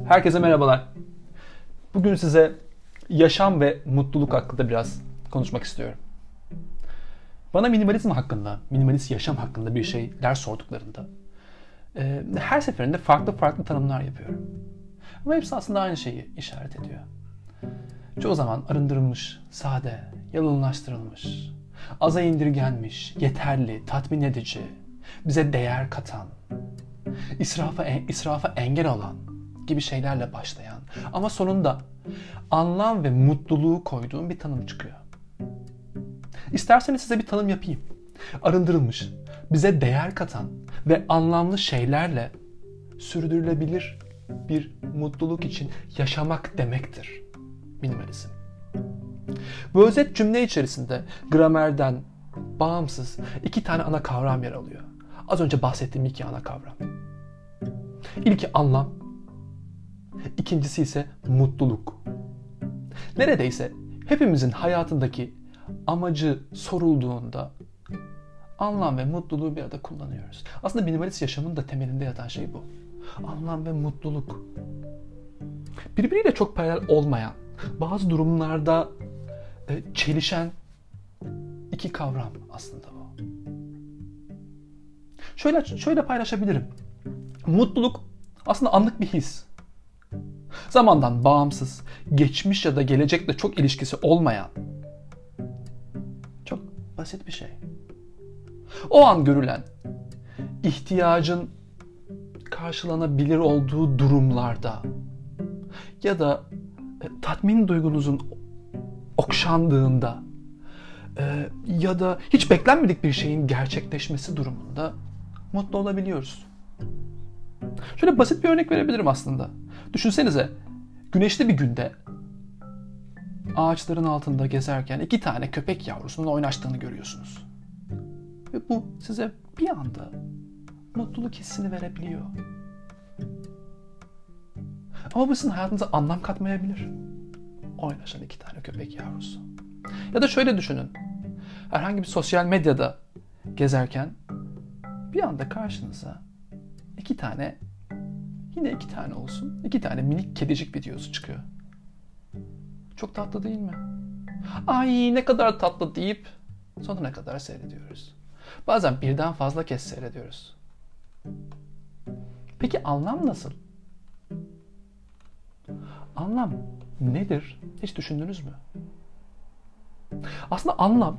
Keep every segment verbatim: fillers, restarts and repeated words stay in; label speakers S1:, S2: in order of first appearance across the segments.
S1: Herkese merhabalar. Bugün size yaşam ve mutluluk hakkında biraz konuşmak istiyorum. Bana minimalizm hakkında, minimalist yaşam hakkında bir şeyler sorduklarında e, her seferinde farklı farklı tanımlar yapıyorum. Ama hepsi aslında aynı şeyi işaret ediyor. Çoğu zaman arındırılmış, sade, yalınlaştırılmış, aza indirgenmiş, yeterli, tatmin edici, bize değer katan, israfa, israfa engel olan gibi şeylerle başlayan ama sonunda anlam ve mutluluğu koyduğum bir tanım çıkıyor. İsterseniz size bir tanım yapayım. Arındırılmış, bize değer katan ve anlamlı şeylerle sürdürülebilir bir mutluluk için yaşamak demektir minimalizm. Bu özet cümle içerisinde gramerden bağımsız iki tane ana kavram yer alıyor. Az önce bahsettiğim iki ana kavram. İlki anlam, ikincisi ise mutluluk. Neredeyse hepimizin hayatındaki amacı sorulduğunda anlam ve mutluluğu bir arada kullanıyoruz. Aslında minimalist yaşamın da temelinde yatan şey bu. Anlam ve mutluluk. Birbiriyle çok paralel olmayan, bazı durumlarda e, çelişen iki kavram aslında bu. Şöyle şöyle paylaşabilirim. Mutluluk aslında anlık bir his. Zamandan bağımsız, geçmiş ya da gelecekle çok ilişkisi olmayan çok basit bir şey. O an görülen, ihtiyacın karşılanabilir olduğu durumlarda ya da e, tatmin duygunuzun okşandığında e, ya da hiç beklenmedik bir şeyin gerçekleşmesi durumunda mutlu olabiliyoruz. Şöyle basit bir örnek verebilirim aslında. Düşünsenize, güneşli bir günde ağaçların altında gezerken iki tane köpek yavrusunun oynaştığını görüyorsunuz. Ve bu size bir anda mutluluk hissini verebiliyor. Ama bu sizin hayatınıza anlam katmayabilir. Oynaşan iki tane köpek yavrusu. Ya da şöyle düşünün. Herhangi bir sosyal medyada gezerken bir anda karşınıza iki tane, yine iki tane olsun, iki tane minik kedicik videosu çıkıyor. Çok tatlı değil mi? Ay ne kadar tatlı deyip sonuna kadar seyrediyoruz. Bazen birden fazla kez seyrediyoruz. Peki anlam nasıl? Anlam nedir? Hiç düşündünüz mü? Aslında anlam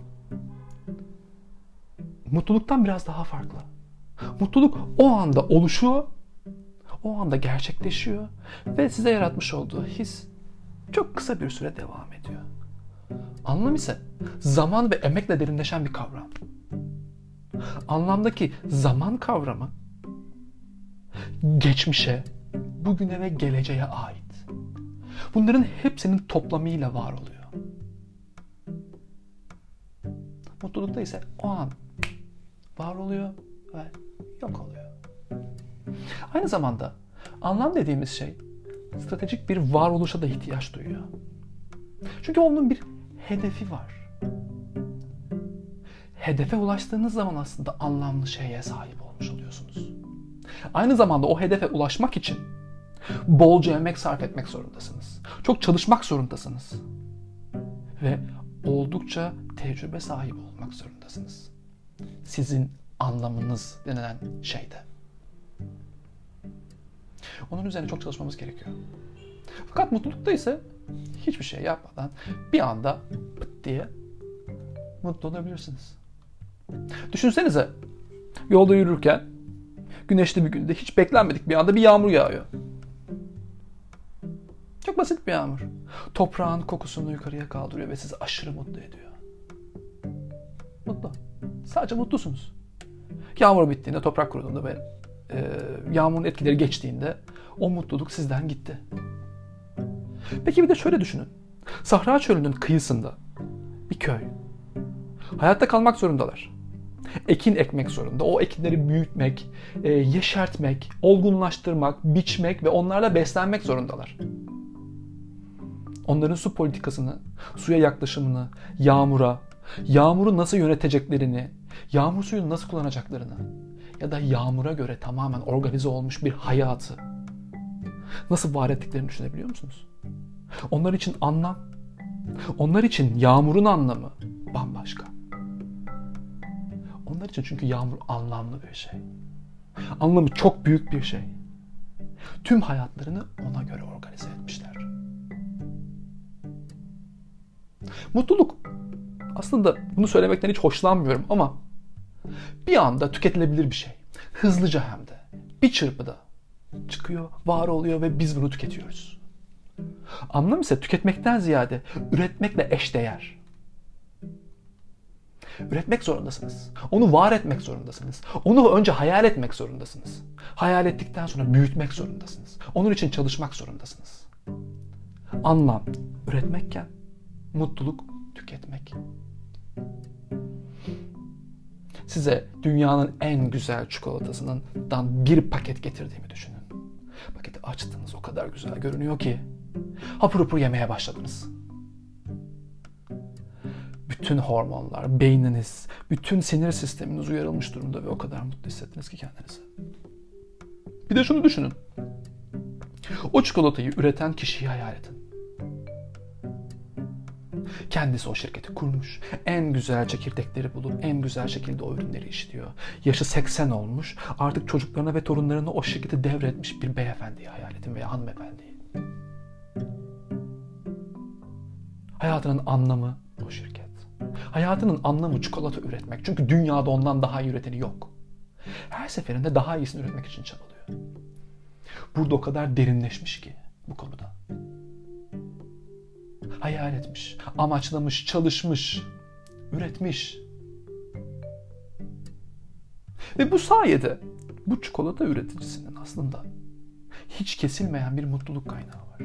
S1: mutluluktan biraz daha farklı. Mutluluk o anda oluşuyor, o anda gerçekleşiyor ve size yaratmış olduğu his çok kısa bir süre devam ediyor. Anlam ise zaman ve emekle derinleşen bir kavram. Anlamdaki zaman kavramı geçmişe, bugüne ve geleceğe ait. Bunların hepsinin toplamıyla var oluyor. Mutlulukta ise o an var oluyor ve yok oluyor. Aynı zamanda anlam dediğimiz şey stratejik bir varoluşa da ihtiyaç duyuyor. Çünkü onun bir hedefi var. Hedefe ulaştığınız zaman aslında anlamlı şeye sahip olmuş oluyorsunuz. Aynı zamanda o hedefe ulaşmak için bolca emek sarf etmek zorundasınız. Çok çalışmak zorundasınız. Ve oldukça tecrübe sahibi olmak zorundasınız. Sizin anlamınız denilen şeyde. Onun üzerine çok çalışmamız gerekiyor. Fakat mutlulukta ise hiçbir şey yapmadan bir anda pıt diye mutlu olabilirsiniz. Düşünsenize, yolda yürürken güneşli bir günde hiç beklenmedik bir anda bir yağmur yağıyor. Çok basit bir yağmur. Toprağın kokusunu yukarıya kaldırıyor ve sizi aşırı mutlu ediyor. Mutlu. Sadece mutlusunuz. Yağmur bittiğinde, toprak kuruduğunda ve e, yağmurun etkileri geçtiğinde o mutluluk sizden gitti. Peki bir de şöyle düşünün. Sahra Çölü'nün kıyısında bir köy. Hayatta kalmak zorundalar. Ekin ekmek zorunda. O ekinleri büyütmek, e, yeşertmek, olgunlaştırmak, biçmek ve onlarla beslenmek zorundalar. Onların su politikasını, suya yaklaşımını, yağmura, yağmuru nasıl yöneteceklerini, yağmur suyunu nasıl kullanacaklarını ya da yağmura göre tamamen organize olmuş bir hayatı nasıl var ettiklerini düşünebiliyor musunuz? Onlar için anlam, onlar için yağmurun anlamı bambaşka. Onlar için çünkü yağmur anlamlı bir şey. Anlamı çok büyük bir şey. Tüm hayatlarını ona göre organize etmişler. Mutluluk, aslında bunu söylemekten hiç hoşlanmıyorum ama bir anda tüketilebilir bir şey. Hızlıca hem de. Bir çırpıda çıkıyor, var oluyor ve biz bunu tüketiyoruz. Anlam ise tüketmekten ziyade üretmekle eşdeğer. Üretmek zorundasınız. Onu var etmek zorundasınız. Onu önce hayal etmek zorundasınız. Hayal ettikten sonra büyütmek zorundasınız. Onun için çalışmak zorundasınız. Anlam üretmekken, mutluluk tüketmek. Size dünyanın en güzel çikolatasından bir paket getirdiğimi düşünün. Paketi açtınız, o kadar güzel görünüyor ki hapur hapur yemeye başladınız. Bütün hormonlar, beyniniz, bütün sinir sisteminiz uyarılmış durumda ve o kadar mutlu hissettiniz ki kendinizi. Bir de şunu düşünün. O çikolatayı üreten kişiyi hayal edin. Kendisi o şirketi kurmuş, en güzel çekirdekleri bulup en güzel şekilde o ürünleri işliyor. Yaşı seksen olmuş, artık çocuklarına ve torunlarına o şirketi devretmiş bir beyefendiyi hayal edin veya hanımefendiyi. Hayatının anlamı o şirket. Hayatının anlamı çikolata üretmek. Çünkü dünyada ondan daha iyi üreteni yok. Her seferinde daha iyisini üretmek için çabalıyor. Burada o kadar derinleşmiş ki bu konuda. Hayal etmiş, amaçlamış, çalışmış, üretmiş. Ve bu sayede bu çikolata üreticisinin aslında hiç kesilmeyen bir mutluluk kaynağı var.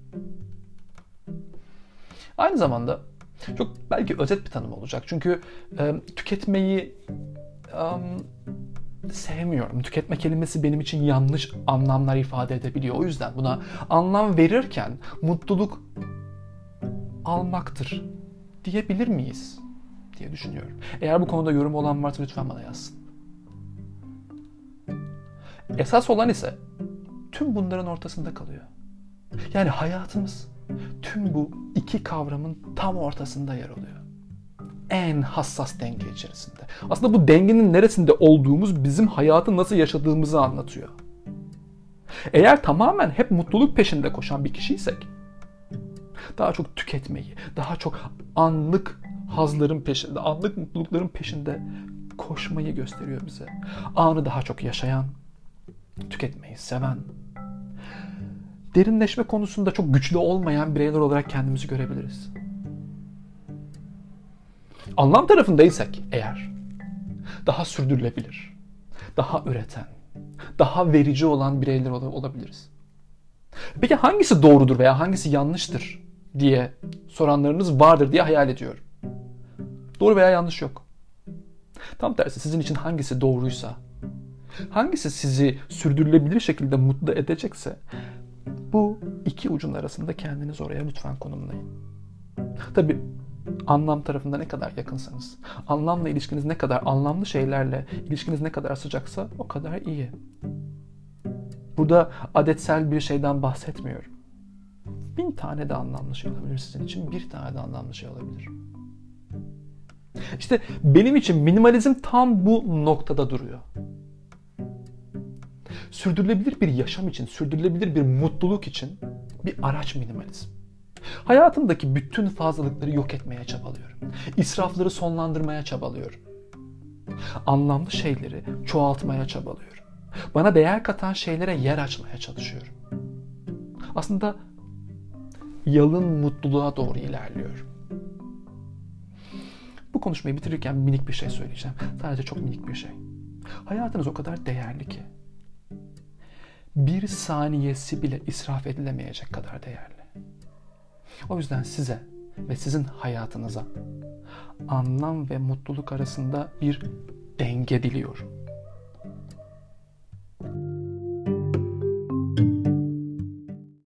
S1: Aynı zamanda çok belki özet bir tanım olacak. Çünkü e, tüketmeyi e, sevmiyorum. Tüketme kelimesi benim için yanlış anlamlar ifade edebiliyor. O yüzden buna anlam verirken mutluluk almaktır diyebilir miyiz diye düşünüyorum. Eğer bu konuda yorum olan varsa lütfen bana yazsın. Esas olan ise tüm bunların ortasında kalıyor. Yani hayatımız tüm bu iki kavramın tam ortasında yer alıyor. En hassas denge içerisinde. Aslında bu dengenin neresinde olduğumuz bizim hayatı nasıl yaşadığımızı anlatıyor. Eğer tamamen hep mutluluk peşinde koşan bir kişiysek, daha çok tüketmeyi, daha çok anlık hazların peşinde, anlık mutlulukların peşinde koşmayı gösteriyor bize. Anı daha çok yaşayan, tüketmeyi seven, derinleşme konusunda çok güçlü olmayan bireyler olarak kendimizi görebiliriz. Anlam tarafındaysak eğer, daha sürdürülebilir, daha üreten, daha verici olan bireyler olabiliriz. Peki hangisi doğrudur veya hangisi yanlıştır diye soranlarınız vardır diye hayal ediyorum. Doğru veya yanlış yok. Tam tersi, sizin için hangisi doğruysa, hangisi sizi sürdürülebilir şekilde mutlu edecekse, bu iki ucun arasında kendiniz oraya lütfen konumlayın. Tabii anlam tarafında ne kadar yakınsanız, anlamla ilişkiniz ne kadar, anlamlı şeylerle ilişkiniz ne kadar sıcaksa o kadar iyi. Burada adetsel bir şeyden bahsetmiyorum. Bin tane de anlamlı şey olabilir sizin için, bir tane de anlamlı şey olabilir. İşte benim için minimalizm tam bu noktada duruyor. Sürdürülebilir bir yaşam için, sürdürülebilir bir mutluluk için bir araç minimalizm. Hayatımdaki bütün fazlalıkları yok etmeye çabalıyorum. İsrafları sonlandırmaya çabalıyorum. Anlamlı şeyleri çoğaltmaya çabalıyorum. Bana değer katan şeylere yer açmaya çalışıyorum. Aslında yalın mutluluğa doğru ilerliyorum. Bu konuşmayı bitirirken minik bir şey söyleyeceğim. Sadece çok minik bir şey. Hayatınız o kadar değerli ki, bir saniyesi bile israf edilemeyecek kadar değerli. O yüzden size ve sizin hayatınıza anlam ve mutluluk arasında bir denge diliyorum.